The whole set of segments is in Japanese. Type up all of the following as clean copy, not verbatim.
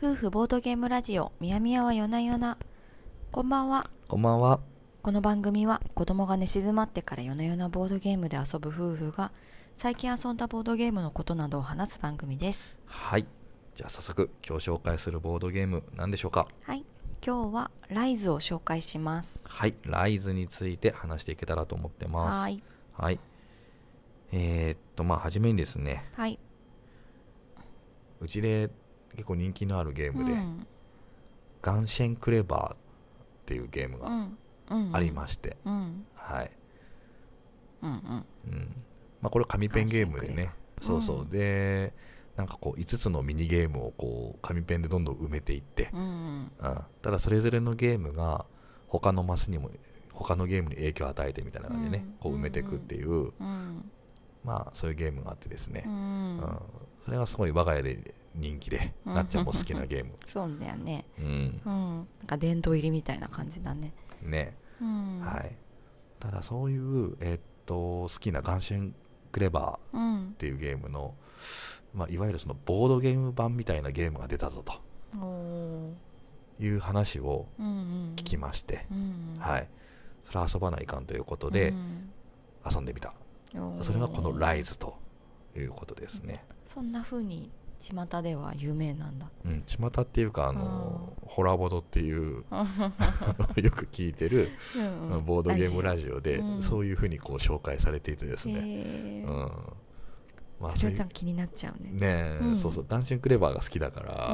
夫婦ボードゲームラジオみやみやはよなよな。こんばんは。 こんばんは。 この番組は子供が寝静まってから夜な夜なボードゲームで遊ぶ夫婦が最近遊んだボードゲームのことなどを話す番組です。 はい。じゃあ早速今日紹介するボードゲーム何でしょうか？ はい。今日はライズを紹介します。 はい。ライズについて話していけたらと思ってます。 はい。 はい。はじめにですね、 はい。 うちで結構人気のあるゲームで、ガンシェンクレバーっていうゲームがありまして、はい。これ紙ペンゲームでね、そうそう。で、なんかこう5つのミニゲームをこう紙ペンでどんどん埋めていって、ただそれぞれのゲームが他のマスにも他のゲームに影響を与えてみたいな感じでね、こう埋めていくっていう、そういうゲームがあってですね、それがすごい我が家で人気で、なっちゃんも好きなゲーム。 そうだよね。なんか殿堂入りみたいな感じだね。 ね。はい。ただそういう、好きなガンシェンクレバーっていうゲームの、いわゆるそのボードゲーム版みたいなゲームが出たぞという話を聞きまして、はい。それは遊ばないかんということで遊んでみた。それがこのライズということですね。 そんな風に巷では有名なんだ。 巷っていうかホラボドっていうよく聞いてるボードゲームラジオでそういう風にこう紹介されていてですね。 それは気になっちゃうね。 ね、そうそう、ダンシンクレバーが好きだから、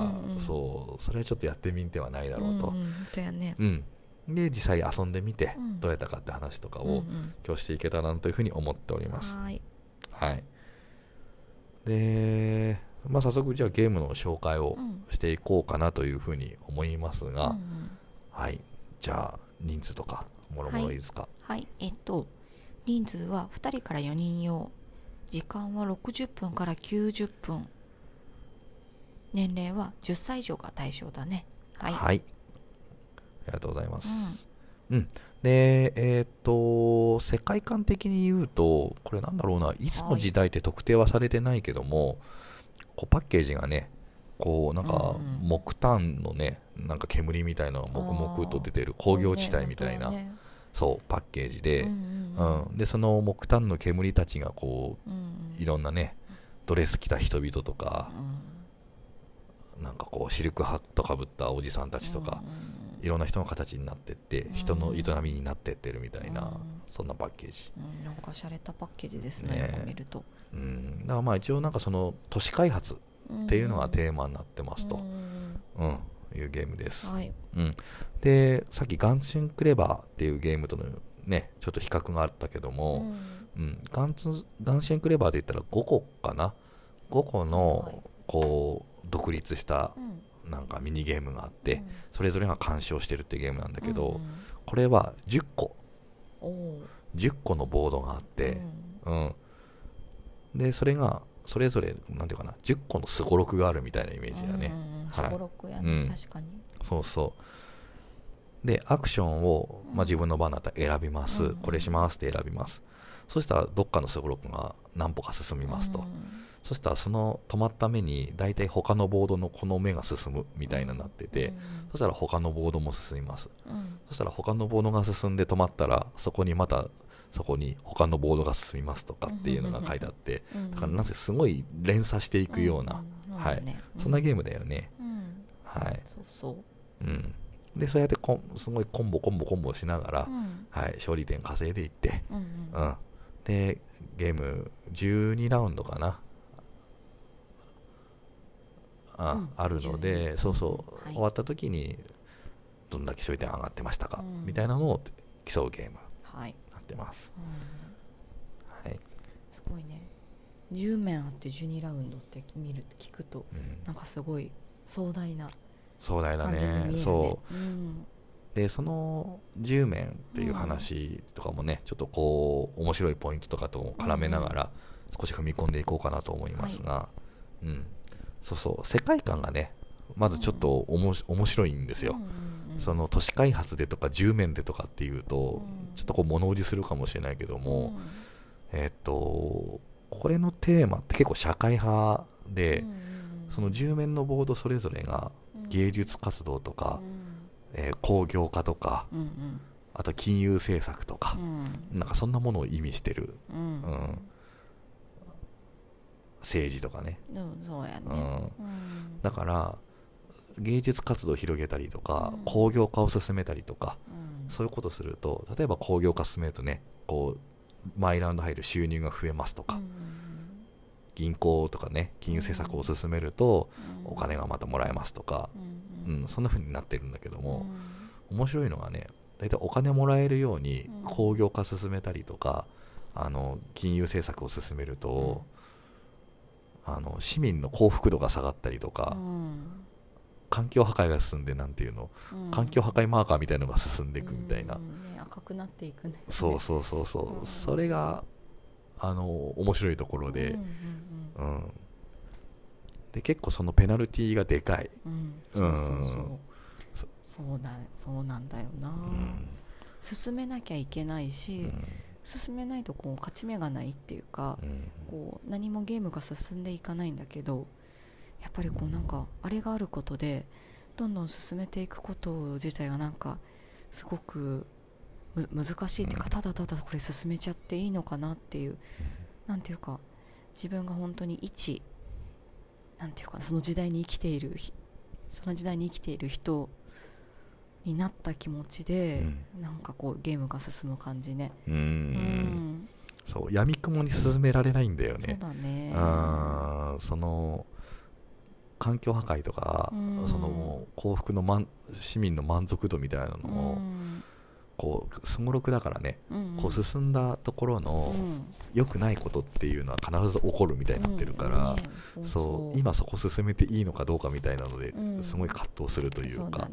それはちょっとやってみてはないだろうと。で実際遊んでみてどうやったかって話とかを今日していけたらなというふうに思っております。はい。で、早速じゃあゲームの紹介をしていこうかなというふうに思いますが、はい。じゃあ人数とかもろもろいいですか？ はい。人数は2人から4人用。時間は60分から90分。年齢は10歳以上が対象だね。はい。 はい。ありがとうございます。で、世界観的に言うと、これなんだろうな、いつの時代って特定はされてないけども、こうパッケージがね、こうなんか木炭のね、なんか煙みたいなのが黙々と出てる工業地帯みたいな、そうパッケージで、でその木炭の煙たちがこういろんなねドレス着た人々とか、なんかこうシルクハットかぶったおじさんたちとか、いろんな人の形になってって人の営みになってってるみたいな、そんなパッケージ、 なんか洒落たパッケージですね、よく見ると。 だから一応なんかその都市開発っていうのがテーマになってますと、いうゲームです。でさっきガンシンクレバーっていうゲームとのねちょっと比較があったけども、ガンシンクレバーで言ったら5個かな、5個のこう独立したなんかミニゲームがあって、それぞれが干渉してるっていうゲームなんだけど、これは10個のボードがあって、でそれがそれぞれなんていうかな、10個のすごろくがあるみたいなイメージだね。 すごろくやね、確かに。 そうそうでアクションを、自分の番だったら選びます、これしますって選びます。そしたらどっかのすごろくが何歩か進みますと、そしたらその止まった目に大体他のボードのこの目が進むみたいになってて、そしたら他のボードも進みます、そしたら他のボードが進んで止まったらそこに他のボードが進みますとかっていうのが書いてあって、だからなぜすごい連鎖していくような、そんなゲームだよね。でそうやってすごいコンボしながら、勝利点稼いでいって、でゲーム12ラウンドかな、あるので、終わった時にどんだけ勝利点上がってましたか、みたいなのを競うゲームになってます。 すごいね。10面あって12ラウンドって聞くと、なんかすごい壮大な感じに見えるね。 でその10面っていう話とかもね、ちょっとこう面白いポイントとかと絡めながら少し踏み込んでいこうかなと思いますが、世界観がねまずちょっと面白いんですよ。その都市開発でとか10面でとかっていうと、ちょっとこう物おじするかもしれないけども、これのテーマって結構社会派で、その10面のボードそれぞれが芸術活動とか、 うん、 工業化とか、 うんうんあと金融政策とか、 うん、 なんかそんなものを意味してる、 うんうん政治とかね、 でもそうやね、 うんうんだから芸術活動を広げたりとか、 うん工業化を進めたりとか、 うんそういうことすると、例えば工業化進めるとね、こうマイラウンド入る収入が増えますとか、 うん銀行とかね金融政策を進めるとうんお金がまたもらえますとか、 うんそんな風になってるんだけどうんも、面白いのがね、大体お金もらえるようにうん工業化進めたりとか、金融政策を進めると、市民の幸福度が下がったりとか、環境破壊が進んで、なんていうの、環境破壊マーカーみたいのが進んでいくみたいな、 ね、赤くなっていくね。 そうそうそうそう、それが面白いところで、で結構そのペナルティーがでかい、 そうそうそうそうなんだよな、進めなきゃいけないし、進めないとこう勝ち目がないっていうか、こう何もゲームが進んでいかないんだけど、やっぱりこうなんかあれがあることでどんどん進めていくこと自体がなんかすごく難しいっていうか、ただただこれ進めちゃっていいのかなっていう、なんていうか自分が本当になんていうかその時代に生きている人になった気持ちで、なんかこうゲームが進む感じね。 そう闇雲に進められないんだよね。 そうだね。 その環境破壊とか、その幸福の市民の満足度みたいなのを、こうすごろくだからね、こう進んだところの良くないことっていうのは必ず起こるみたいになってるから、そう今そこ進めていいのかどうかみたいなのですごい葛藤するというか、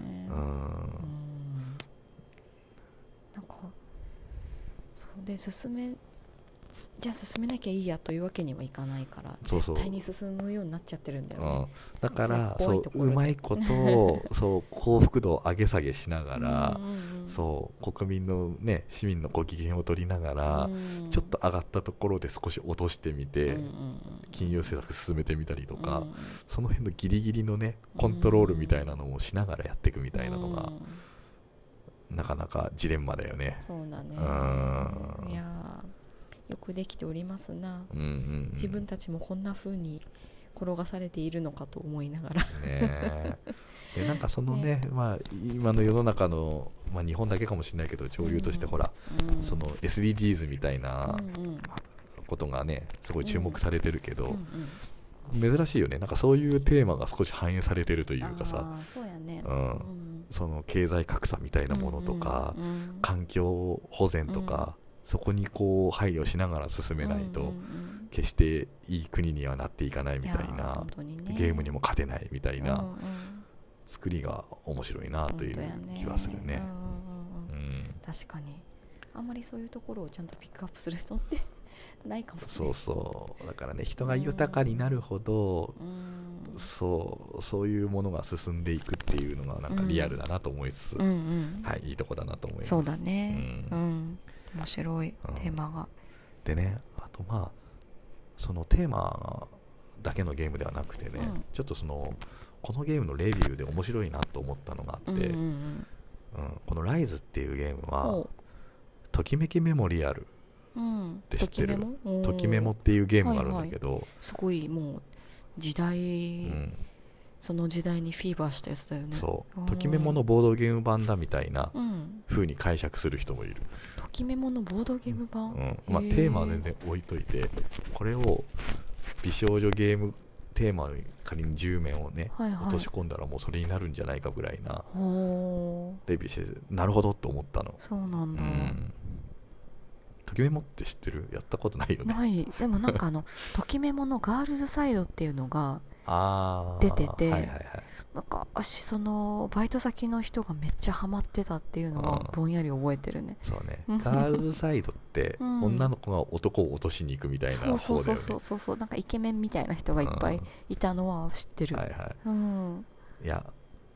なんかそうで進めなきゃいいやというわけにはいかないから、絶対に進むようになっちゃってるんだよね。 だからそううまいことをそう幸福度を上げ下げしながら、そう国民のね市民のご機嫌を取りながら、ちょっと上がったところで少し落としてみて、金融政策進めてみたりとか、その辺のギリギリのねコントロールみたいなのをしながらやっていくみたいなのが、なかなかジレンマだよね。 そうだね。いやよくできておりますな、自分たちもこんな風に転がされているのかと思いながらねでなんかそのね、今の世の中の、日本だけかもしれないけど潮流としてほら、その SDGs みたいなことがねすごい注目されてるけど、珍しいよね。なんかそういうテーマが少し反映されてるというかさ、 そうやね、 その経済格差みたいなものとか、環境保全とか、そこにこう配慮しながら進めないと、決していい国にはなっていかないみたいな、ゲームにも勝てないみたいな作りが面白いなという気はするね。 確かにあんまりそういうところをちゃんとピックアップするのってないかもしれない。 そうだからね、人が豊かになるほど、そういうものが進んでいくっていうのがなんかリアルだなと思いつつ、いいとこだなと思います。 そうだね、面白いテーマが、 でね、あとそのテーマだけのゲームではなくてね、ちょっとこのゲームのレビューで面白いなと思ったのがあって、このライズっていうゲームはときめきメモリアルって知ってる？ときメモっていうゲームがあるんだけど、 すごいもう時代、その時代にフィーバーしたやつだよね。 そうときメモのボードゲーム版だみたいな風に解釈する人もいる。 ときメモのボードゲーム版、 テーマは全然置いといて、これを美少女ゲームテーマに仮に10面をね、落とし込んだらもうそれになるんじゃないかぐらいなレビューして、なるほどと思ったの。 そうなんだ。 ときメモって知ってる？やったことないよね。 ない。でもなんかときメモのガールズサイドっていうのが出てて、昔そのバイト先の人がめっちゃハマってたっていうのはぼんやり覚えてるね。 そうね。ガールズサイドって女の子が男を落としに行くみたいな方だよね。 そうなんかイケメンみたいな人がいっぱいいたのは知ってる。いや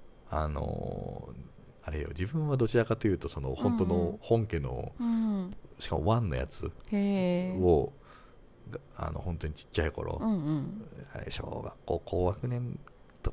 あれよ、自分はどちらかというとその本当の本家の、しかも1のやつを本当にちっちゃい頃、あれ小学校高学年とか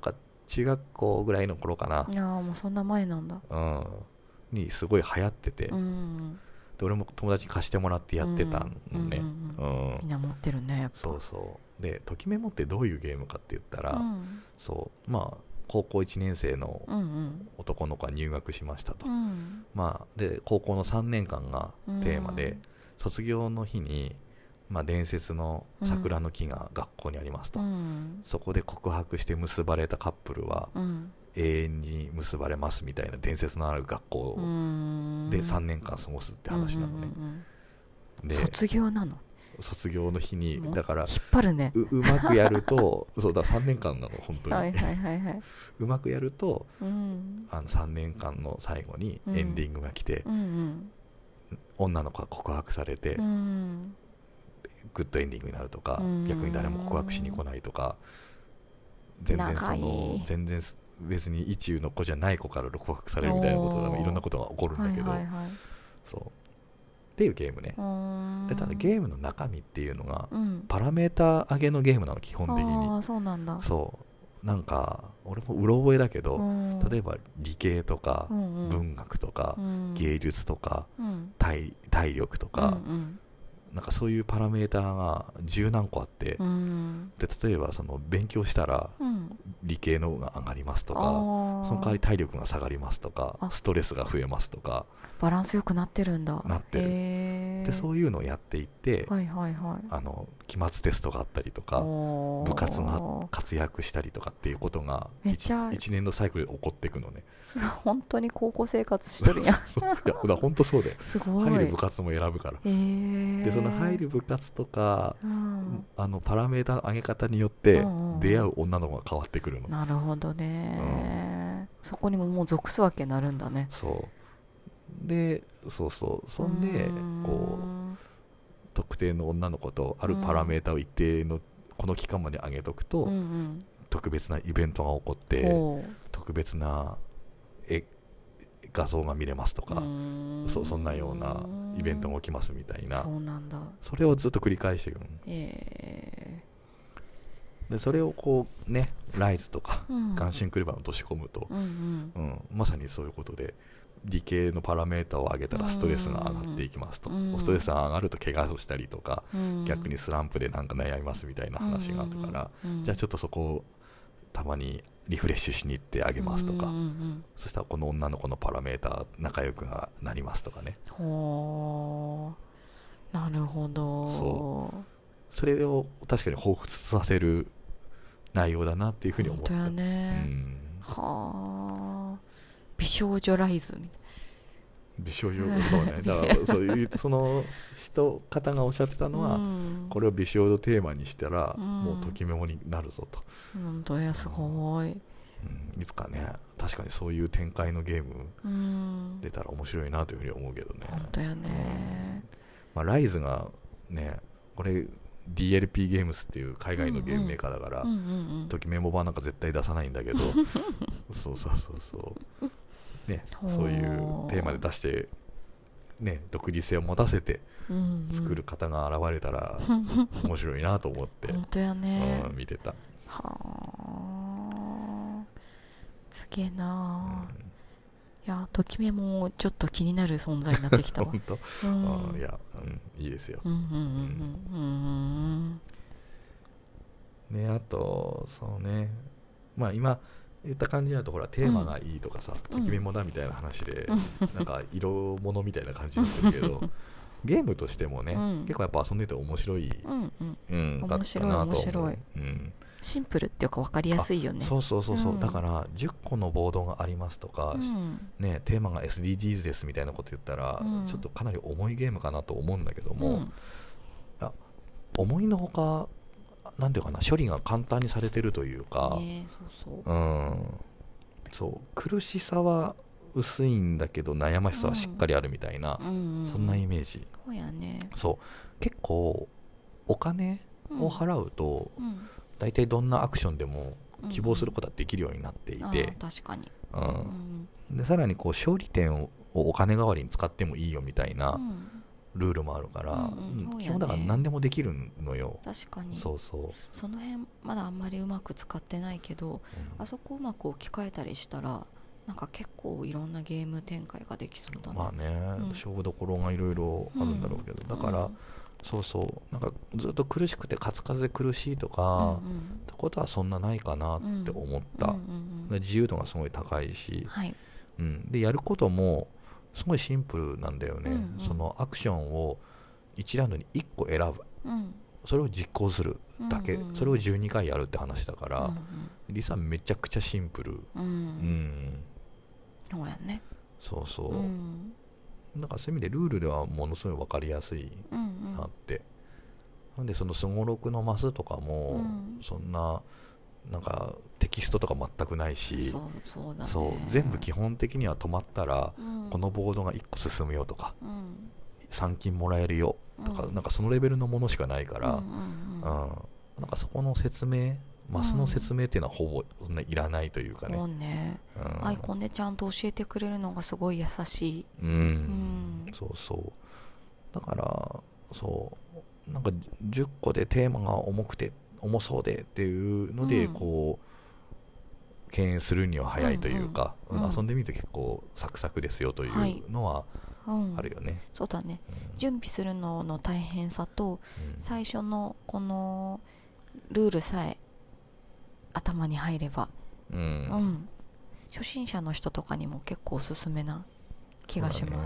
中学校ぐらいの頃かな、 いやもうそんな前なんだ。 にすごい流行ってて、で俺も友達に貸してもらってやってたのね。 みんな持ってるねやっぱ。 そうそうでときメモってどういうゲームかって言ったら、そうまあ高校1年生の男の子が入学しましたと、まあで高校の3年間がテーマで、卒業の日にまあ伝説の桜の木が学校にありますと、そこで告白して結ばれたカップルは永遠に結ばれますみたいな伝説のある学校で3年間過ごすって話なのね。で卒業なの？ 卒業の日にだから引っ張るね。 うまくやるとそうだ3年間なの本当にはいはいはいはい。 うまくやると、3年間の最後にエンディングが来て、女の子が告白されて、グッドエンディングになるとか、逆に誰も告白しに来ないとか、全然別に意中の子じゃない子から告白されるみたいなことでいろんなことが起こるんだけど、そうっていうゲームね。でただゲームの中身っていうのが、パラメータ上げのゲームなの基本的に。 そうなんだ。 そうなんか俺もうろ覚えだけど、例えば理系とか、文学とか、芸術とか、体力とか、なんかそういうパラメーターが十何個あって、で例えばその勉強したら理系の方が上がりますとか、その代わり体力が下がりますとか、ストレスが増えますとか、 バランスよくなってるんだ。 なってる。でそういうのをやっていって、期末テストがあったりとか、部活が活躍したりとかっていうことが 1年のサイクルで起こっていくのね。 本当に高校生活してるやん。いや本当そうだよ。 すごい。 入る部活も選ぶから。でその入る部活とか、パラメータの上げ方によって出会う女の子が変わってくるの。 なるほどね、そこにももう属すわけになるんだね。 そうでそんでこう特定の女の子とあるパラメータを一定のこの期間まで上げとくと、特別なイベントが起こって特別な画像が見れますとか、そんなようなイベントが起きますみたいな。 そうなんだ。 それをずっと繰り返していく。でそれをこうねライズとかガンシンクレバーに落とし込むと、まさにそういうことで理系のパラメータを上げたらストレスが上がっていきますと、ストレスが上がると怪我をしたりとか、逆にスランプでなんか悩みますみたいな話があるから、じゃあちょっとそこをたまにリフレッシュしに行ってあげますとか、そしたらこの女の子のパラメータ仲良くなりますとかね。 なるほど。 それを確かに彷彿させる内容だなっていうふうに思った。 本当やね。美少女ライズみたいな。 美少女そうね。だからそういうその方がおっしゃってたのは、これを美少女テーマにしたら、もうときメモになるぞと。 本当やすごい。 いつかね確かにそういう展開のゲーム出たら面白いなというふうに思うけどね。 本当やね。 ライズがねこれDLP ゲームスっていう海外のゲームメーカーだから、ときメモ版なんか絶対出さないんだけどそうね、そういうテーマで出してね独自性を持たせて作る方が現れたら面白いなと思って本当やね、 見てた。 すげえな、いやときメモちょっと気になる存在になってきたわ。 本当、いや、いいですよ。ね、あとそうね、まあ今言った感じだとほらテーマがいいとかさ、ときメモだみたいな話で、なんか色物みたいな感じになってるけどゲームとしてもね、結構やっぱ遊んでて面白い、だったなと思う。 シンプルっていうか分かりやすいよね。 そう、だから10個のボードがありますとか、ね、テーマが SDGs ですみたいなこと言ったら、ちょっとかなり重いゲームかなと思うんだけども、思いのほかなんていうかな、処理が簡単にされてるというか、苦しさは薄いんだけど悩ましさはしっかりあるみたいな、そんなイメージ。 そうやね。 結構お金を払うと、大体どんなアクションでも希望することはできるようになっていて、 確かに、 でさらにこう勝利点をお金代わりに使ってもいいよみたいなルールもあるから、 うんうん、 基本だから何でもできるのよ。 確かにそうそう、 その辺まだあんまりうまく使ってないけど、あそこうまく置き換えたりしたらなんか結構いろんなゲーム展開ができそうだね。 まあね、勝負どころがいろいろあるんだろうけど、だから、そうそうなんかずっと苦しくてカツカツで苦しいとか、ってことはそんなないかなって思った、自由度がすごい高いし、 はい、 でやることもすごいシンプルなんだよね、そのアクションを1ラウンドに1個選ぶ、それを実行するだけ、それを12回やるって話だから、リサめちゃくちゃシンプル、 そうやね。 そうそう、だからそういう意味でルールではものすごい分かりやすいなって、なんでそのすごろくのマスとかも、そんななんかテキストとか全くないし、 そうだね、 そう全部基本的には止まったら、このボードが1個進むよとか、3金もらえるよとか、なんかそのレベルのものしかないから、なんかそこの説明、マスの説明っていうのはほぼそんないらないというかね、 もうね、アイコンでちゃんと教えてくれるのがすごい優しい。 そうそうだからそうなんか10個でテーマが重そうでっていうので、こう敬遠するには早いというか、遊んでみると結構サクサクですよというのはあるよね。 そうだね、準備するのの大変さと、最初のこのルールさえ頭に入れば、初心者の人とかにも結構おすすめな気がします。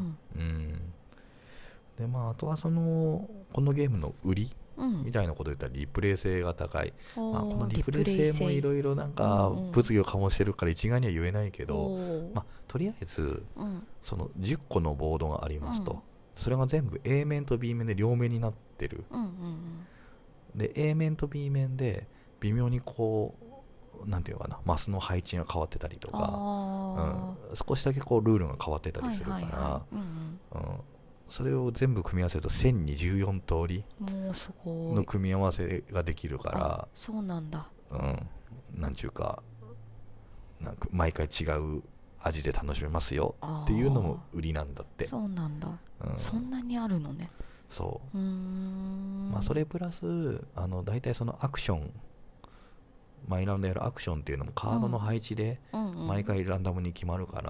であとはこのゲームの売りみたいなこと言ったらリプレイ性が高い、このリプレイ性もいろいろなんか物議を醸してるから一概には言えないけど、とりあえず、その10個のボードがありますと、それが全部 A 面と B 面で両面になってる、で A 面と B 面で微妙にこうなんていうかな、マスの配置が変わってたりとか、少しだけこうルールが変わってたりするから、それを全部組み合わせると1024通りの組み合わせができるから、 そうなんだ、 なんちゅうか、なんか毎回違う味で楽しめますよっていうのも売りなんだって。 そうなんだ、そんなにあるのね。 そう、それプラス大体そのアクション、毎ラウンドやるアクションっていうのもカードの配置で毎回ランダムに決まるから、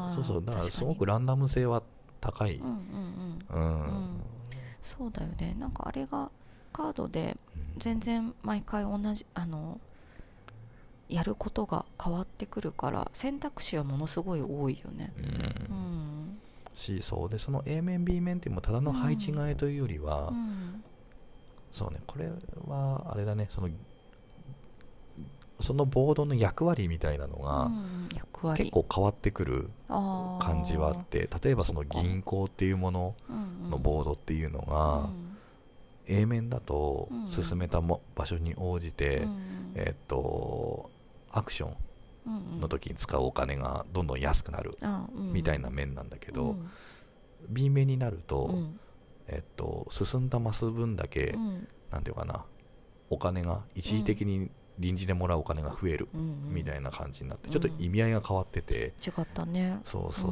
そうだからすごくランダム性は高い。 そうだよね、なんかあれがカードで全然毎回同じやることが変わってくるから選択肢はものすごい多いよね。 そうで、その A 面 B 面っていうのもただの配置替えというよりは、そうね、これはあれだね、そのボードの役割みたいなのが結構変わってくる感じはあって、例えばその銀行っていうもののボードっていうのが A 面だと進めた場所に応じてアクションの時に使うお金がどんどん安くなるみたいな面なんだけど、B 面になると進んだマス分だけなんていうかな、お金が一時的に臨時でもらうお金が増えるみたいな感じになって、ちょっと意味合いが変わってて、 違ったね。 そうそう、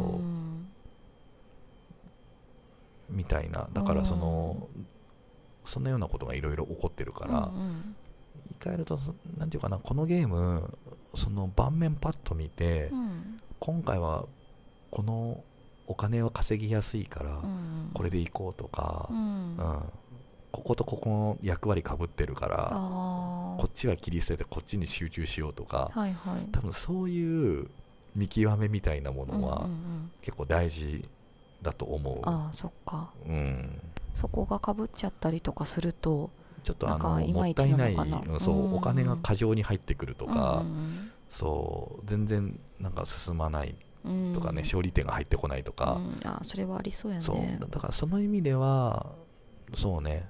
みたいな、だからそんなようなことがいろいろ起こってるから、言い換えるとなんていうかな、このゲームその盤面パッと見て、今回はこのお金を稼ぎやすいからこれでいこうとか、こことここの役割かぶってるからこっちは切り捨ててこっちに集中しようとか、多分そういう見極めみたいなものは結構大事だと思う。 そっか、そこがかぶっちゃったりとかするとちょっともったいない、お金が過剰に入ってくるとか、そう全然なんか進まないとかね、勝利点が入ってこないとか、 それはありそうやね。 そうだからその意味ではそうね、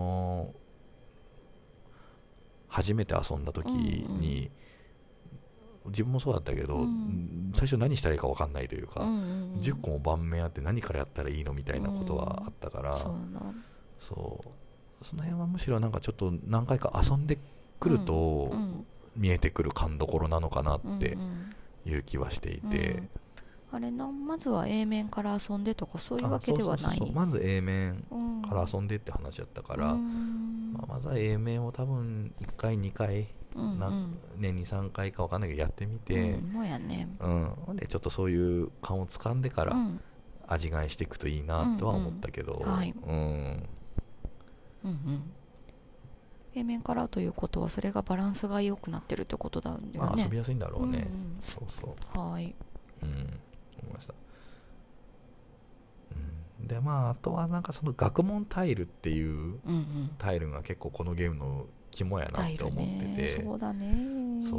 初めて遊んだ時に、自分もそうだったけど、最初何したらいいか分かんないというか、10個も盤面あって何からやったらいいのみたいなことはあったから、その辺はむしろなんかちょっと何回か遊んでくると見えてくる勘どころなのかなっていう気はしていて、 あれな、まずは A 面から遊んでとかそういうわけではない。 そうまず A 面から遊んでって話だったから、まずは A 面を多分1回2回、年に3回か分かんないけどやってみて、 もやね、 でちょっとそういう感をつかんでから味変えしていくといいなとは思ったけど、A 面からということはそれがバランスが良くなってるってことだよね。 まあ遊びやすいんだろうね。そうそう。 はい。 思いました。でまああとはなんかその学問タイルっていうタイルが結構このゲームの肝やなって思ってて、 そうだね。 そう。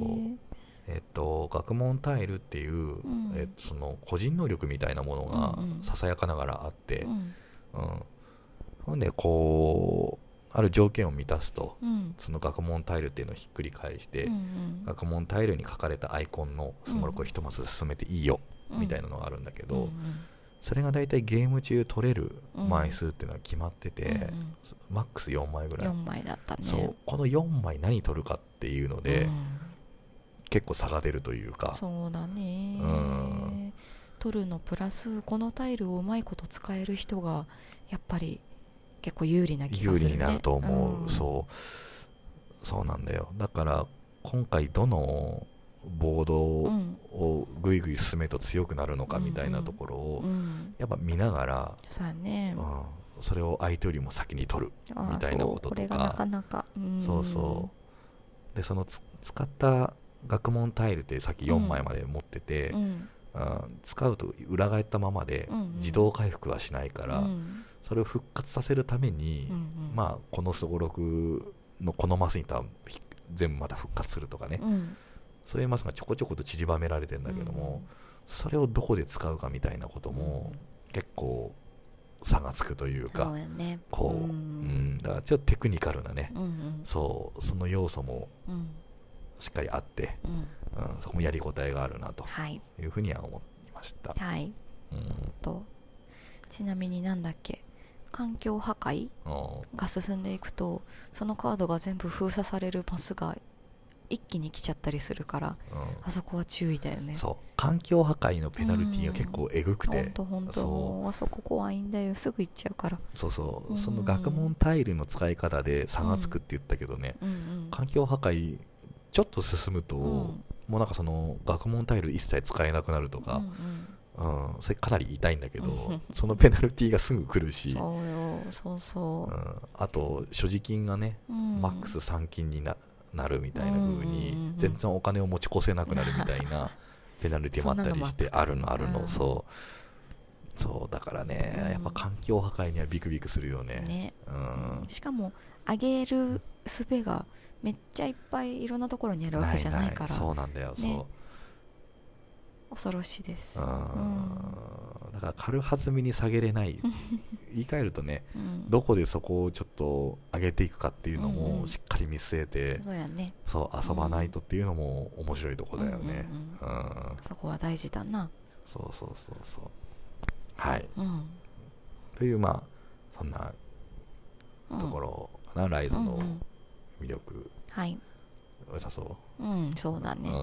学問タイルっていう、その個人能力みたいなものがささやかながらあって、ほんでこうある条件を満たすと、その学問タイルっていうのをひっくり返して、学問タイルに書かれたアイコンのすごろくをひとまず進めていいよ、みたいなのがあるんだけど、それが大体ゲーム中取れる枚数っていうのは決まってて、マックス4枚ぐらい。 4枚だったね。 そうこの4枚何取るかっていうので、結構差が出るというか。 そうだね、取るのプラスこのタイルをうまいこと使える人がやっぱり結構有利な気がするね。 有利になると思う、そうなんだよ。だから今回どのボードをぐいぐい進めると強くなるのかみたいなところをやっぱ見ながら、それを相手よりも先に取るみたいなこととか、 これがなかなか、 でその使った学問タイルってさっき4枚まで持ってて、使うと裏返ったままで自動回復はしないから、それを復活させるために、まあこのすごろくのこのマスに全部また復活するとかね、そういうマスがちょこちょこと散りばめられてるんだけども、それをどこで使うかみたいなことも結構差がつくというか、だからちょっとテクニカルなね、その要素もしっかりあって、そこもやりごたえがあるなというふうには思いました。 ちなみになんだっけ、環境破壊が進んでいくとそのカードが全部封鎖されるマスが一気に来ちゃったりするから、あそこは注意だよね。 そう環境破壊のペナルティーが結構えぐくて、 本当あそこ怖いんだよ、すぐ行っちゃうから。 その学問タイルの使い方で差がつくって言ったけどね、環境破壊ちょっと進むと、もうなんかその学問タイル一切使えなくなるとか、それかなり痛いんだけどそのペナルティーがすぐ来るし、あと所持金がね、マックス3金になるみたいな風に、全然お金を持ち越せなくなるみたいなペナルティーもあったりして、あるの、そうだからね、やっぱ環境破壊にはビクビクするよね。 しかも上げる術がめっちゃいっぱいいろんなところにあるわけじゃないから、 そうなんだよ、 恐ろしいです。 だから軽はずみに下げれない言い換えるとね、どこでそこをちょっと上げていくかっていうのもしっかり見据えて、遊ばないとっていうのも面白いとこだよね。 そこは大事だな。 そうはい、というまあそんなところかな、ライズの魅力。良さそう。 そうだね。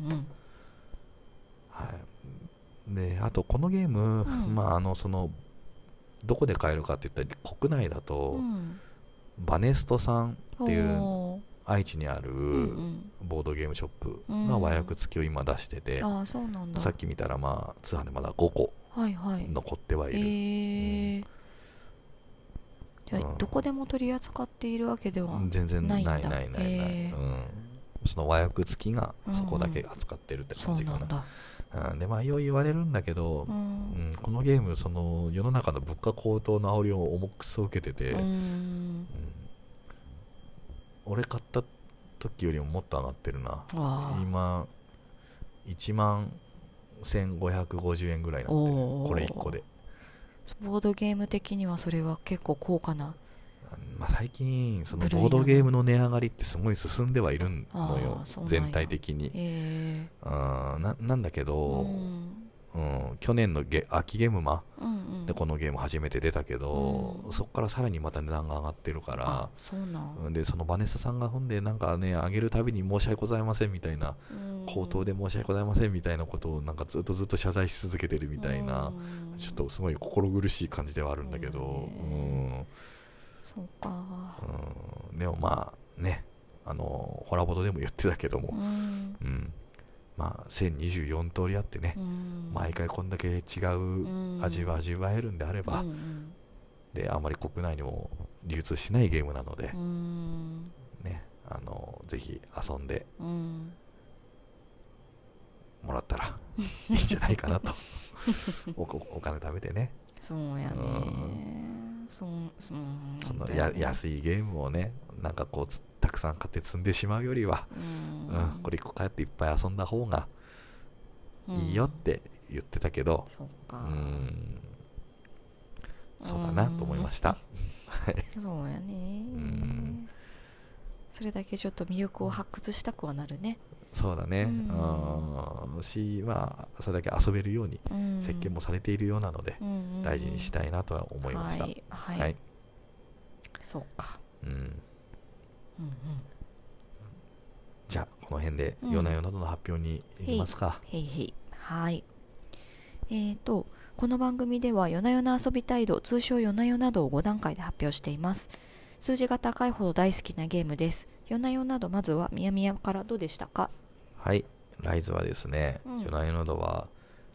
であとこのゲーム、そのどこで買えるかって言ったら国内だと、バネストさんっていう愛知にあるボードゲームショップが和訳付きを今出してて、さっき見たら通販でまだ5個残ってはいる。 じゃあどこでも取り扱っているわけではないんだ。 全然ないその和訳付きがそこだけ扱ってるって感じかな。でよう言われるんだけど、このゲームその世の中の物価高騰の煽りを重くそ受けてて、俺買った時よりももっと上がってるな。今1万1550円ぐらいになってる、これ1個で。 ボードゲーム的にはそれは結構高価な。 最近そのボードゲームの値上がりってすごい進んではいるのよ、全体的に。なんだけど、去年の秋ゲームマでこのゲーム初めて出たけど、そこからさらにまた値段が上がってるから、 そうなんでそのバネスタさんがほんでなんかね、上げるたびに申し訳ございませんみたいな、口頭で申し訳ございませんみたいなことをなんかずっと謝罪し続けてるみたいな、ちょっとすごい心苦しい感じではあるんだけど、 そうか、 でもまあね、ホラボドでも言ってたけども、まあ1024通りあってね、毎回こんだけ違う味は味わえるんであれば、であまり国内にも流通しないゲームなので、ね、ぜひ遊んでもらったらいいんじゃないかなとお金貯めてね、 そうやね、 その安いゲームをね、なんかこうたくさん買って積んでしまうよりは、これ1個買っていっぱい遊んだ方がいいよって言ってたけど、 そうか、 そうだなと思いました。 そうやね、それだけちょっと魅力を発掘したくはなるね。 そうだね、まあそれだけ遊べるように設計もされているようなので、大事にしたいなとは思いました。はい、 そうか、 じゃあこの辺で夜な夜などの発表に行きますか。 はい。この番組では夜な夜な遊び態度、通称夜な夜などを5段階で発表しています。数字が高いほど大好きなゲームです。夜な夜など、まずはみやみやからどうでしたか？ はい、ライズはですね、夜な夜などは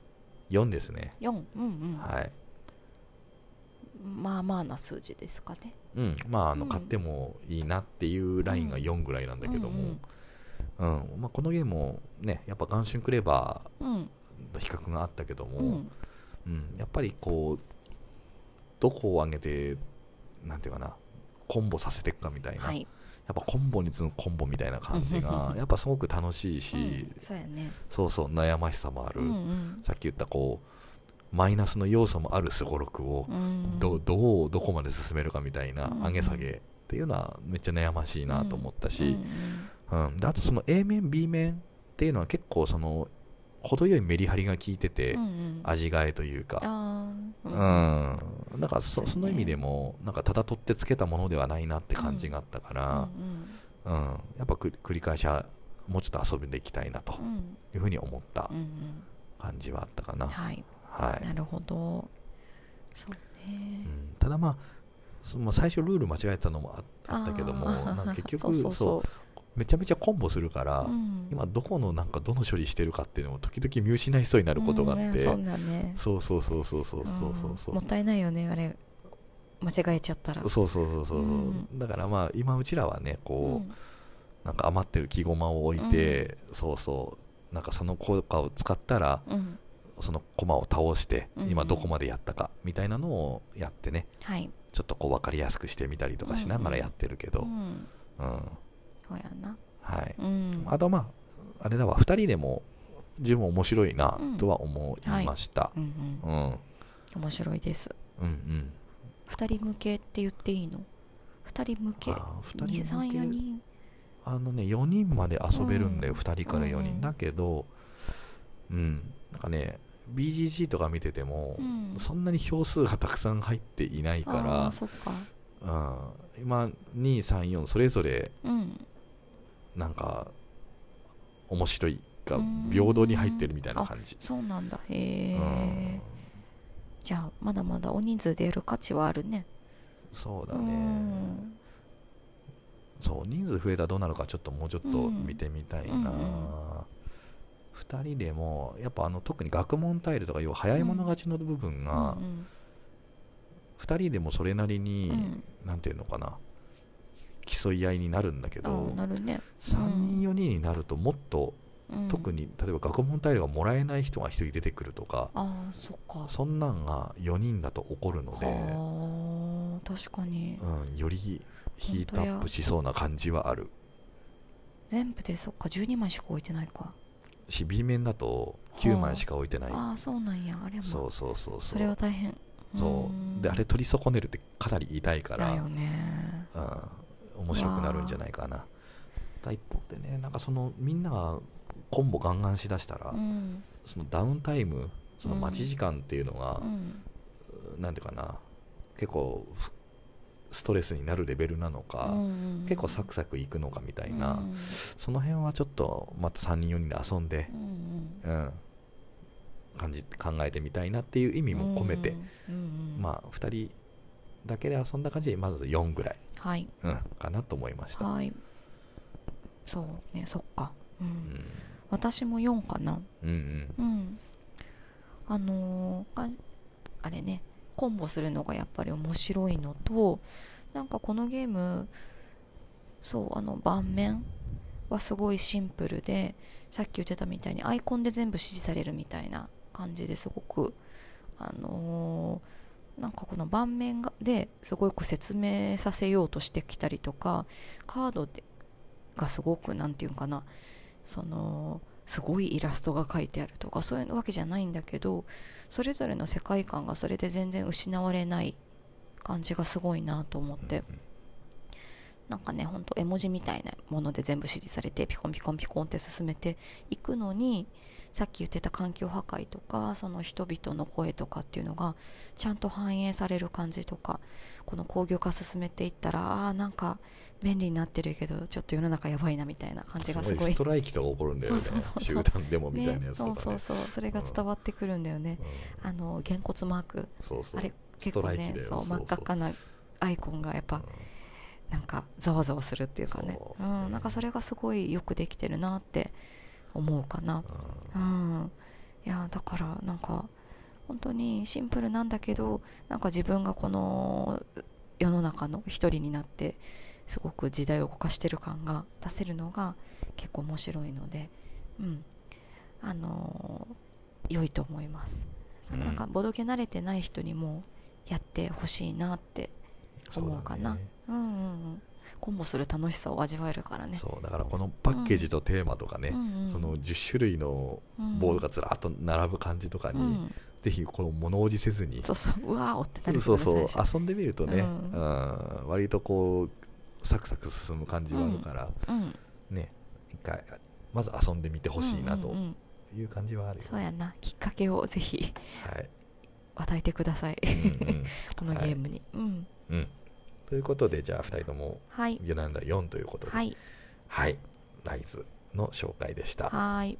4ですね。 4、 はい。 まあまあな数字ですかね。 まあ買ってもいいなっていうラインが4ぐらいなんだけども、まあこのゲームもね、やっぱガンシュンクレバーと比較があったけども、やっぱりこうどこを上げてなんていうかな、コンボさせていくかみたいな、やっぱコンボに次ぐコンボみたいな感じがやっぱすごく楽しいし、 そうやね、 そう悩ましさもある、さっき言ったこうマイナスの要素もあるすごろくをどこまで進めるかみたいな上げ下げっていうのはめっちゃ悩ましいなと思ったし、であとその A 面 B 面っていうのは結構その程よいメリハリが効いてて、味替えというか、だからその意味でもなんかただ取ってつけたものではないなって感じがあったから、やっぱ繰り返しはもうちょっと遊びでいきたいなというふうに思った感じはあったかな。 なるほど、そうね。 ただまあ最初ルール間違えたのもあったけども、なんか結局めちゃめちゃコンボするから、今どこのなんかどの処理してるかっていうのも時々見失いそうになることがあって、 そうだね、 そうもったいないよね、あれ間違えちゃったら。 そうだからまあ今うちらはねこう、なんか余ってる木駒を置いて、なんかその効果を使ったら、その駒を倒して今どこまでやったかみたいなのをやってね、ちょっとこう分かりやすくしてみたりとかしながらやってるけど、 そうやな。 あとまああれだわ、2人でも十分面白いなとは思いました。 面白いです。2人向けって言っていいの？2人向け、2、3、4人、 4人まで遊べるんだよ、2人から4人だけど、なんかねBGG とか見てても、そんなに票数がたくさん入っていないから、今2、3、4それぞれ、なんか面白いが平等に入ってるみたいな感じ。 そうなんだ。へえ。じゃあまだまだ大人数でやる価値はあるね。 そうだね。人数増えたらどうなるかちょっともうちょっと見てみたいな。2人でもやっぱ特に学問タイルとか要は早い者勝ちの部分が、2人でもそれなりに、なんていうのかな、競い合いになるんだけど、3人4人になるともっと、特に例えば学問タイルがもらえない人が1人出てくるとか、そんなんが4人だと起こるので、 確かに、 よりヒートアップしそうな感じはある。 全部でそっか12枚しか置いてないか。 B 面だと9枚しか置いてない。 そうなんや。あれもそうそれは大変。 であれ取り損ねるってかなり痛いからだよね、 面白くなるんじゃないかな。一方でね、なんかみんながコンボガンガンしだしたら、そのダウンタイム、その待ち時間っていうのが、 なんていうかな、結構ストレスになるレベルなのか、結構サクサクいくのかみたいな、その辺はちょっとまた3人4人で遊んで、考えてみたいなっていう意味も込めて、まあ2人だけで遊んだ感じでまず4ぐらい、かなと思いました。 そうね、そっか、私も4かな。あれね、コンボするのがやっぱり面白いのと、なんかこのゲーム、そう盤面はすごいシンプルで、さっき言ってたみたいにアイコンで全部指示されるみたいな感じですごくなんかこの盤面ですごく説明させようとしてきたりとか、カードがすごくなんていうかな、すごいイラストが書いてあるとかそういうわけじゃないんだけど、それぞれの世界観がそれで全然失われない感じがすごいなと思って、なんかね、ほんと絵文字みたいなもので全部指示されてピコンピコンピコンって進めていくのに、さっき言ってた環境破壊とかその人々の声とかっていうのがちゃんと反映される感じとか、この工業化進めていったらなんか便利になってるけどちょっと世の中やばいなみたいな感じがすごい、 ストライキとか起こるんだよね、集団デモみたいなやつとかね、 それが伝わってくるんだよね、げんこつマーク、あれ結構ね、真っ赤っかなアイコンがやっぱ、なんかざわざわするっていうかね、なんかそれがすごいよくできてるなって思うかな。いやだからなんか本当にシンプルなんだけど、なんか自分がこの世の中の一人になってすごく時代を動かしてる感が出せるのが結構面白いので、良いと思います。なんかボドゲ慣れてない人にもやってほしいなって思うかな。コンボする楽しさを味わえるからね。 そうだからこのパッケージとテーマとかね、その10種類のボードがずらっと並ぶ感じとかに、ぜひこの物おじせずに、 うわーってなる、 遊んでみるとね、割とこうサクサク進む感じはあるから、ね、一回まず遊んでみてほしいなという感じはあるよね。 そうやな、きっかけをぜひ与えてください、このゲームに。 ということで、じゃあ2人ともヨナンダ4ということで、ライズの紹介でした。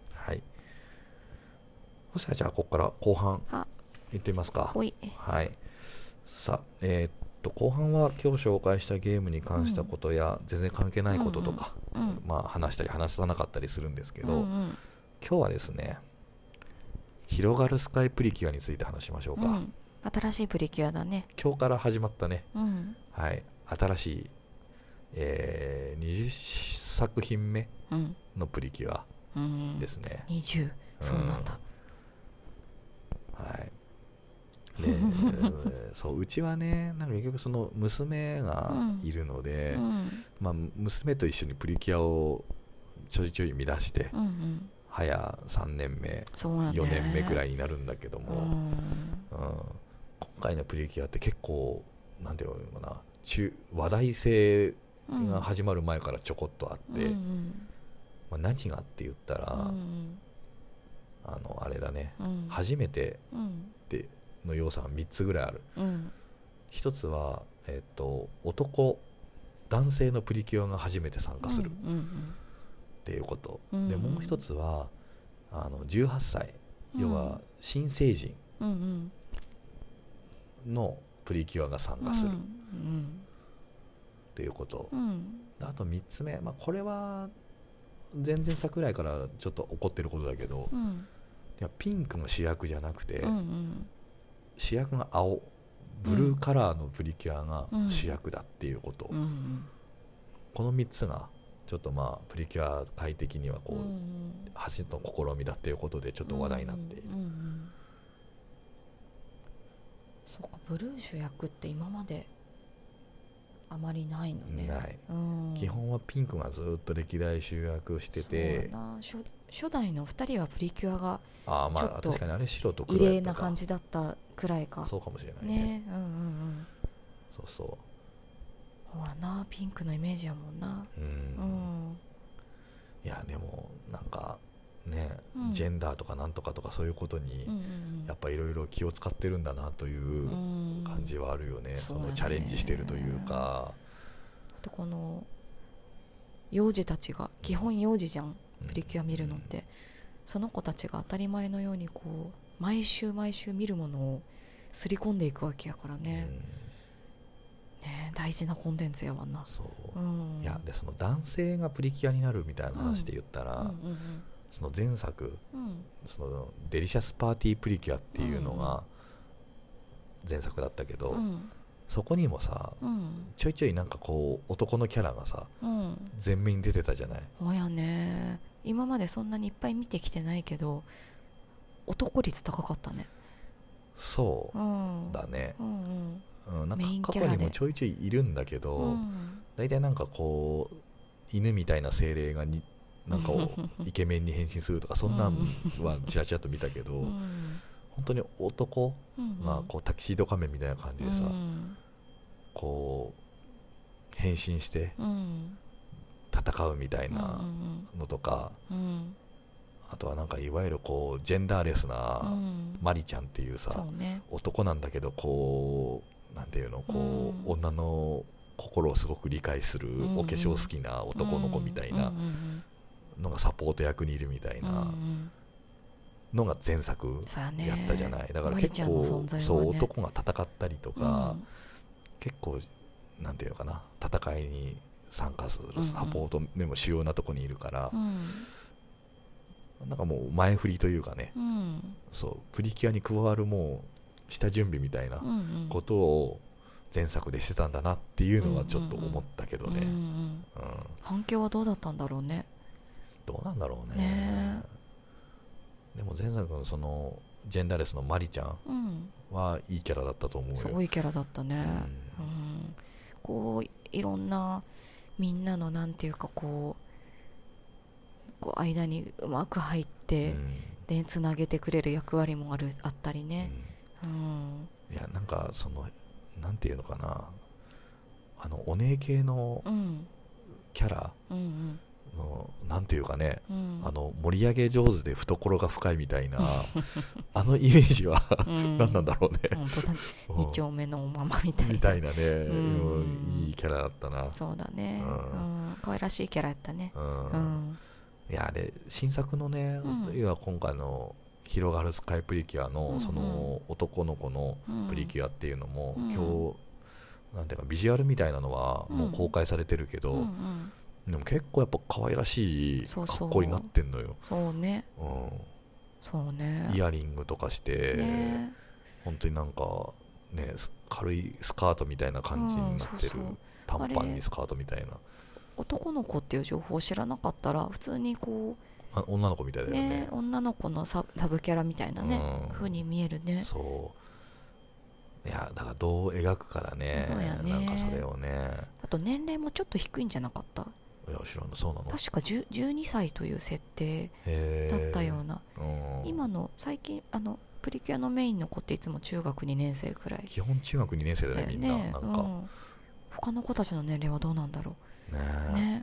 そしたらじゃあここから後半いってみますか。さあ、後半は今日紹介したゲームに関したことや、全然関係ないこととか、話したり話さなかったりするんですけど、今日はですね、広がるスカイプリキュアについて話しましょうか。 新しいプリキュアだね。 今日から始まったね、新しい、20作品目のプリキュアですね。 20、そうなんだ。 でうちはね、なんか結局その娘がいるので、娘と一緒にプリキュアをちょいちょい見出して、早3年目、4年目ぐらいになるんだけども、今回のプリキュアって結構なんていうのかな、話題性が始まる前からちょこっとあって、何がって言ったら、あれだね、初めてっての要素が3つぐらいある。一つは、男性のプリキュアが初めて参加するっていうこと、でもう一つは18歳、要は新成人のプリキュアが参加するっていうこと、あと3つ目、これは前々作ぐらいからちょっと起こってることだけど、いやピンクが主役じゃなくて、主役が青、ブルーカラーのプリキュアが主役だっていうこと、この3つがちょっとプリキュア界的にはこう、初の試みだっていうことでちょっと話題になっている。 そうか、ブルー主役って今まであまりないのね。 ない、基本はピンクがずっと歴代主役してて、 初代の2人はプリキュアがちょっと確かにあれ白と黒やったか、異例な感じだったくらいか。 そうかもしれないね。そうほらな、ピンクのイメージやもんな。 いやでもなんかね、ジェンダーとかなんとかとかそういうことにやっぱいろいろ気を使ってるんだなという感じはあるよね、そのチャレンジしてるというか。 あとこの幼児たちが基本幼児じゃん、プリキュア見るのって、その子たちが当たり前のようにこう毎週毎週見るものをすり込んでいくわけやからね、ね、大事なコンテンツやわな。 そう、いやでその男性がプリキュアになるみたいな話で言ったら、その前作、そのデリシャスパーティープリキュアっていうのが前作だったけど、そこにもさ、ちょいちょいなんかこう男のキャラがさ、前面に出てたじゃない。 そうやね、今までそんなにいっぱい見てきてないけど男率高かったね。 そうだね、なんか過去メインキャラでにもちょいちょいいるんだけど、大体なんかこう犬みたいな精霊がなんかイケメンに変身するとかそんなんはちらちらと見たけど、本当に男がこうタキシード仮面みたいな感じでさ、こう変身して戦うみたいなのとか、あとはなんかいわゆるこうジェンダーレスなマリちゃんっていうさ、男なんだけどこうなんていうの、こう女の心をすごく理解するお化粧好きな男の子みたいなのがサポート役にいるみたいなのが前作やったじゃない。だから結構そう男が戦ったりとか、結構なんていうのかな、戦いに参加するサポートでも主要なとこにいるから、なんかもう前振りというかね、そうプリキュアに加わるもう下準備みたいなことを前作でしてたんだなっていうのはちょっと思ったけどね。 反響はどうだったんだろうね。 どうなんだろうね。でも前作のそのジェンダーレスのマリちゃんはいいキャラだったと思うよ。 すごいキャラだったね。こういろんなみんなのなんていうかこう間にうまく入ってでつなげてくれる役割もあったりね。 いやなんかそのなんていうのかな、お姉系のキャラのなんていうかね、盛り上げ上手で懐が深いみたいなあのイメージは何なんだろうね。 本当だね、2丁目のおままみたいなみたいなね、いいキャラだったな。 そうだね、可愛らしいキャラやったね。 いやで新作のね、要は今回の広がるスカイプリキュアのその男の子のプリキュアっていうのも今日なんていうかビジュアルみたいなのはもう公開されてるけど、でも結構やっぱ可愛らしい格好になってんのよ。 そうね、そうね、 イヤリングとかして本当になんかね軽いスカートみたいな感じになってる、短パンにスカートみたいな。 男の子っていう情報を知らなかったら普通にこう女の子みたいだよね。 女の子のサブキャラみたいなね、風に見えるね。 そういやだからどう描くからね。 そうやね。 なんかそれをね。 あと年齢もちょっと低いんじゃなかった？ いや知らない。そうなの？ 確か12歳という設定だったような。今の最近プリキュアのメインの子っていつも中学2年生くらい。 基本中学2年生だよね、みんな。なんか、 他の子たちの年齢はどうなんだろうね。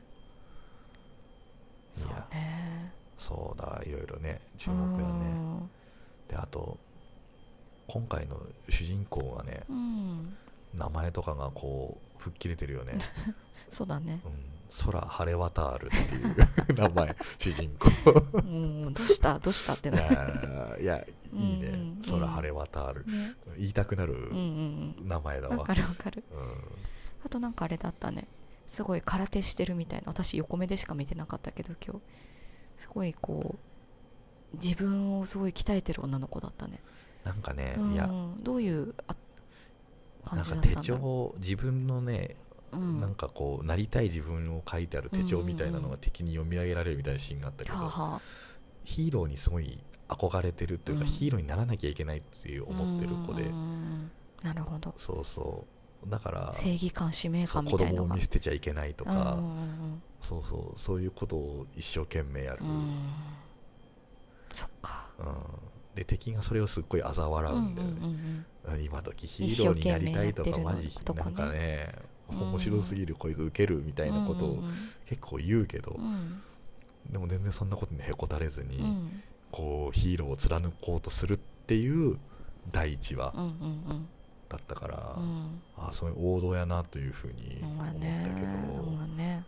そうね。 そうだ、いろいろね注目だね。であと今回の主人公がね、名前とかがこう吹っ切れてるよね。 そうだね、 空晴れ渡るっていう名前主人公どうしたってな。 いやいいね、空晴れ渡る、言いたくなる名前だわ。 わかるわかる。あとなんかあれだったね、すごい空手してるみたいな。私横目でしか見てなかったけど今日すごいこう自分をすごい鍛えてる女の子だったね。 なんかね、いやどういう感じだったんだろう。 なんか手帳、自分のね、なんかこうなりたい自分を書いてある手帳みたいなのが敵に読み上げられるみたいなシーンがあったけど、ヒーローにすごい憧れてるというか、ヒーローにならなきゃいけないっていう思ってる子で。 なるほど。 そうそうだから正義感使命感みたいなのが、 子供を見捨てちゃいけないとか、そういうことを一生懸命やる。 そっか。 で敵がそれをすっごい嘲笑うんだよね。今時ヒーローになりたいとかマジなんかね面白すぎる、こいつウケるみたいなことを結構言うけど、 でも全然そんなことにへこたれずに、 うん、 こうヒーローを貫こうとするっていう第一話うんうんうんだったから、 うん、 ああそういう王道やなというふうに思ったけど、 ね、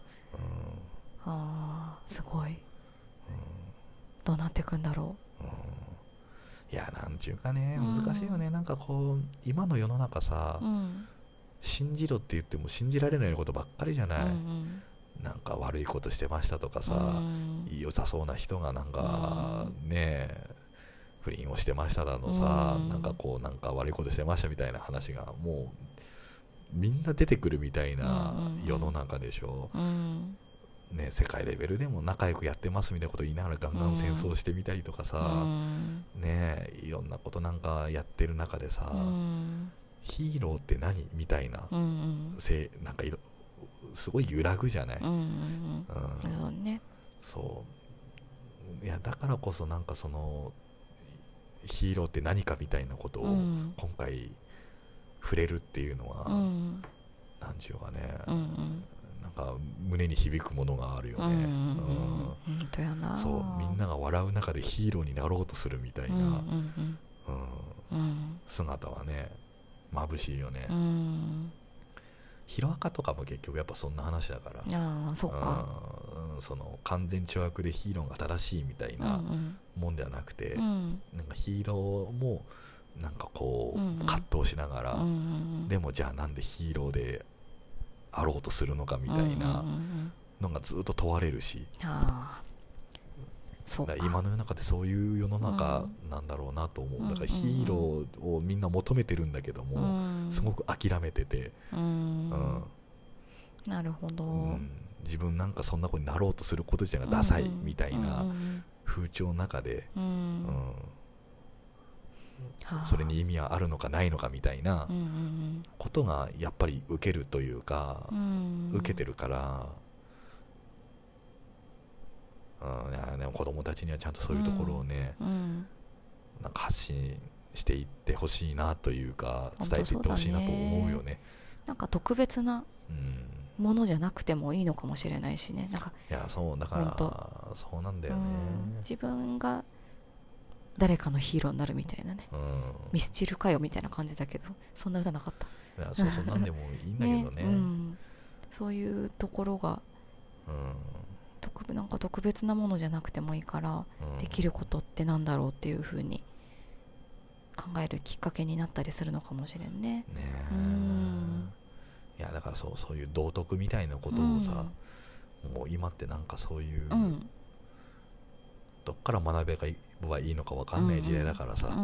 ああすごい、どうなっていくんだろいやなんちゅうかね、 うん難しいよね。なんかこう今の世の中さ、 う、うん、 信じろって言っても信じられないことばっかりじゃない、 うんなんか悪いことしてましたとかうさ、 ん良さそうな人がなんかね不倫をしてましただのさ、なんかこうなんか悪いことしてましたみたいな話がもうみんな出てくるみたいな世の中でしょ、 うんね、世界レベルでも仲良くやってますみたいなこと言いながらガンガン戦争してみたりとかさ、 うんね、いろんなことなんかやってる中でさ、 うんヒーローって何みたいな、 うんなんかすごい揺らぐじゃない、 うんうんそうね、 そういやだからこそなんかそのヒーローって何かみたいなことを今回触れるっていうのは、なんちゅうかね、なんか胸に響くものがあるよね。 本当やな。 そうみんなが笑う中でヒーローになろうとするみたいな姿はね眩しいよね。ヒロアカとかも結局やっぱそんな話だから、 ああそっか、 その完全懲悪でヒーローが正しいみたいなもんではなくて、なんかヒーローもなんかこう葛藤しながら、でもじゃあなんでヒーローであろうとするのかみたいなのがずっと問われるし、そうか今の世の中ってそういう世の中なんだろうなと思う。だからヒーローをみんな求めてるんだけども、すごく諦めてて、 なるほど、 自分なんかそんな子になろうとすること自体がダサいみたいな風潮の中で、それに意味はあるのかないのかみたいなことがやっぱり受けるというか、受けてるから、でも子供たちにはちゃんとそういうところをね、なんか発信していってほしいなというか、伝えていってほしいなと思うよね。 なんか特別なものじゃなくてもいいのかもしれないしね。なんかいやそうだからそうなんだよね、 自分が誰かのヒーローになるみたいなね、ミスチルかよみたいな感じだけど、そんな歌なかった。 いやそうなんでもいいんだけどねそういうところが、なんか特別なものじゃなくてもいいから、できることってなんだろうっていう風に考えるきっかけになったりするのかもしれんね。 いやだからそういう道徳みたいなことをさ、もう今ってなんかそういう、どっから学べばいいのか分かんない時代だからさ、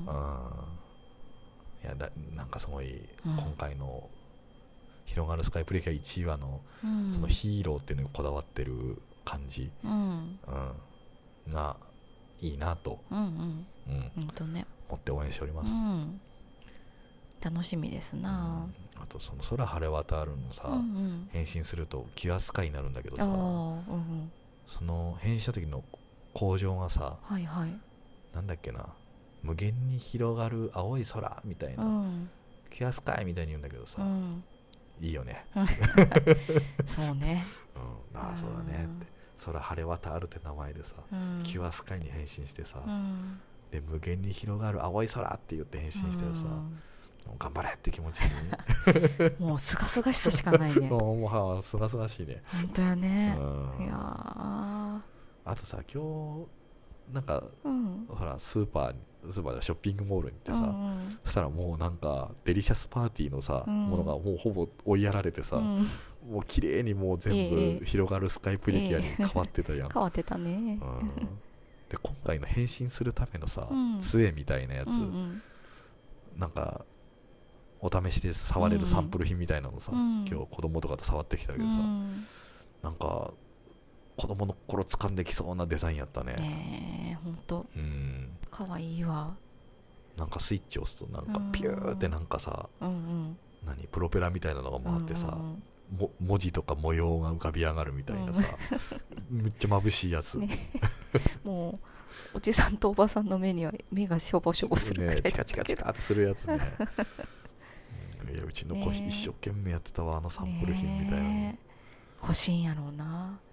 いやなんかすごい、今回の広がるスカイプリキュア1話の、そのヒーローっていうのにこだわってる感じ、がいいなと、 本当ね、 思って応援しております。 楽しみですな。 あとその空晴れ渡るのさ、変身するとキュアスカイになるんだけどさ、その変身した時の工場がさ、なんだっけな、無限に広がる青い空みたいな、キュアスカイみたいに言うんだけどさ、いいよね。 そうね、 そうだねって、空晴れ渡るって名前でさ、キュアスカイに変身してさ、で無限に広がる青い空って言って変身してさ、頑張れって気持ちにもうすがすがしさしかないね。 もうすがすがしいね。 本当やね。いやあとさ、今日なんか、ほらスーパーでショッピングモールに行ってさ、そしたらもうなんかデリシャスパーティーのさ、ものがもうほぼ追いやられてさ、もう綺麗にもう全部広がるスカイプリキュアに変わってたやん。 変わってたね。 で今回の変身するためのさ、杖みたいなやつ、なんかお試しで触れるサンプル品みたいなのさ、今日子供とかと触ってきたけどさ、なんか子供の頃掴んできそうなデザインやったね。 ねえ、ほんとかわいいわ。 なんかスイッチ押すとなんかピューってなんかさ、プロペラみたいなのが回ってさ、文字とか模様が浮かび上がるみたいなさ、めっちゃ眩しいやつ、 もうおじさんとおばさんの目がしょぼしょぼするくらいチカチカチカってするやつね。いやうちの子一生懸命やってたわ、あのサンプル品みたいなの。 欲しいんやろうな。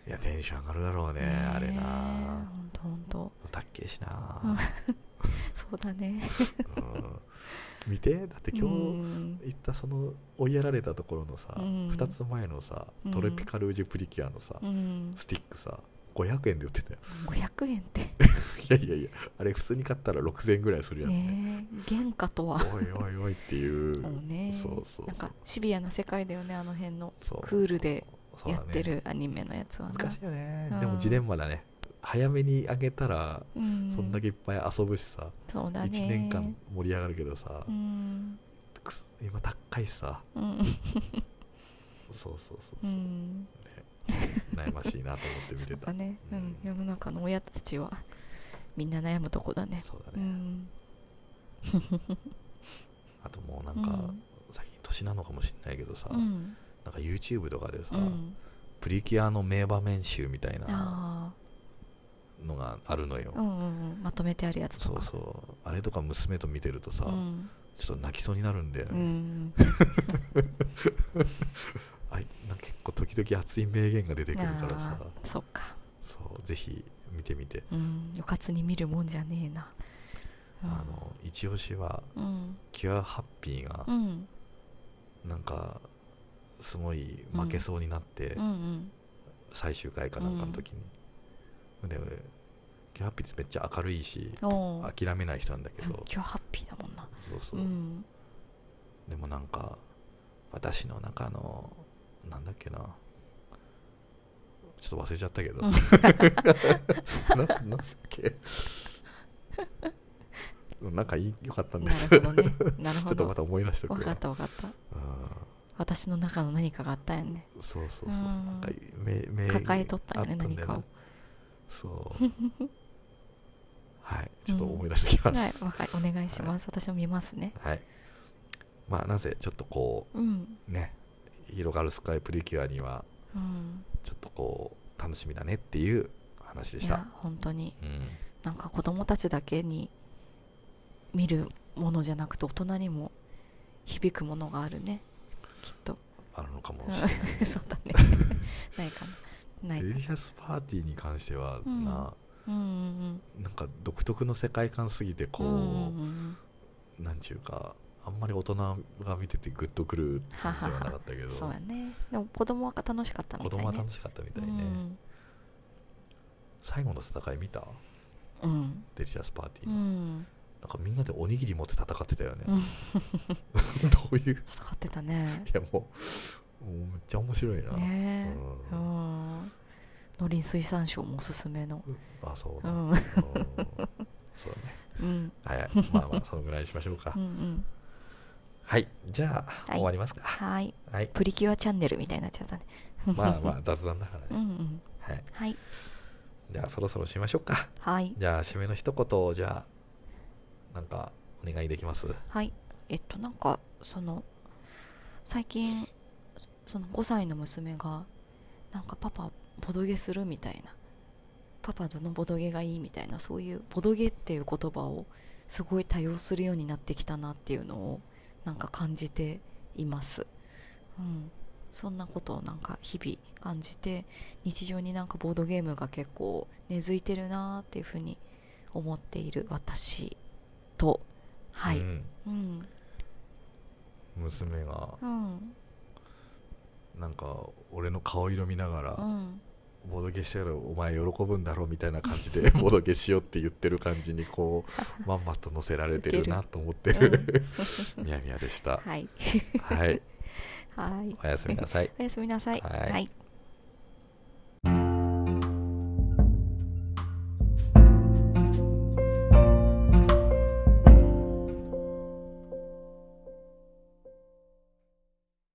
いやテンション上がるだろうね、あれな。 ほんとたっけえしな、 そうだね、 見て、だって今日言ったその追いやられたところのさ、2つ前のさトロピカルージュプリキュアのさ、スティックさ500円で売ってたよ。 500円っていやあれ普通に買ったら6000円ぐらいするやつね。 原価とはおいおいおいっていうそうなんかシビアな世界だよね、あの辺のクールでやってるアニメのやつは、 難しいよね、でもジレンマだね。早めにあげたら、そんだけいっぱい遊ぶしさ、 そうだね、 1年間盛り上がるけどさ、今高いしさ、そう、ね、悩ましいなと思って見てた。 ね、世の中の親たちはみんな悩むとこだね。 そうだね、あともうなんか、最近年なのかもしれないけどさ、なんか YouTube とかでさ、プリキュアの名場面集みたいなのがあるのよ、 まとめてあるやつとか。 そうあれとか娘と見てるとさ、ちょっと泣きそうになるんだよね、なんか結構時々熱い名言が出てくるからさ、 そうか、 そうぜひ見てみて、 うかつに見るもんじゃねえな。 一押しは、キュアハッピーが、なんかすごい負けそうになって、最終回かなんかの時に、でキュアハッピーってめっちゃ明るいし諦めない人なんだけど、 キュアハッピーだもんな。 そう、でもなんか私の中のなんだっけな、ちょっと忘れちゃったけど、なんだっけなんか良かったんです。 なるほどね、なるほど、 ちょっとまた思い出しとくわ。 分かった私の中の何かがあったよね。 そうなんか抱えとったよね、何かを。 そうはい、ちょっと思い出してきます。 お願いします。私も見ますね。 はい、まあなぜちょっとこうね、広がるスカイプリキュアにはちょっとこう楽しみだねっていう話でした。 いや本当に、なんか子供たちだけに見るものじゃなくて大人にも響くものがあるね、きっと。 あるのかもしれない、 そうだねないかな。 デリシャスパーティーに関してはなんか独特の世界観すぎてこう、なんちゅうかあんまり大人が見ててグッとくる感じではなかったけどそうやね。でも子供は楽しかったみたいね。 子供は楽しかったみたいね、最後の戦い見た？デリシャスパーティーの、なんかみんなでおにぎり持って戦ってたよね、どういう戦ってたね。 いやもうめっちゃ面白いなね。農林水産省もおすすめの。 そうだ、そうだね、はい、まあそのぐらいにしましょうか。はい、じゃあ終わりますか。 はい、プリキュアチャンネルみたいになっちゃったね。 まあ雑談だからね。はい、じゃあそろそろしましょうか。じゃあ締めの一言をじゃあなんかお願いできます？ はい、なんか最近その5歳の娘がなんかパパボドゲするみたいな、パパどのボドゲがいいみたいな、そういうボドゲっていう言葉をすごい多用するようになってきたなっていうのをなんか感じています。そんなことをなんか日々感じて、日常になんかボードゲームが結構根付いてるなっていうふうに思っている私と、 娘がなんか俺の顔色見ながら、ボドゲしてるお前喜ぶんだろうみたいな感じでボドゲしようって言ってる感じにこうまんまと乗せられてるなと思ってるみやみやでした。はい、おやすみなさい。 おやすみなさい。はい。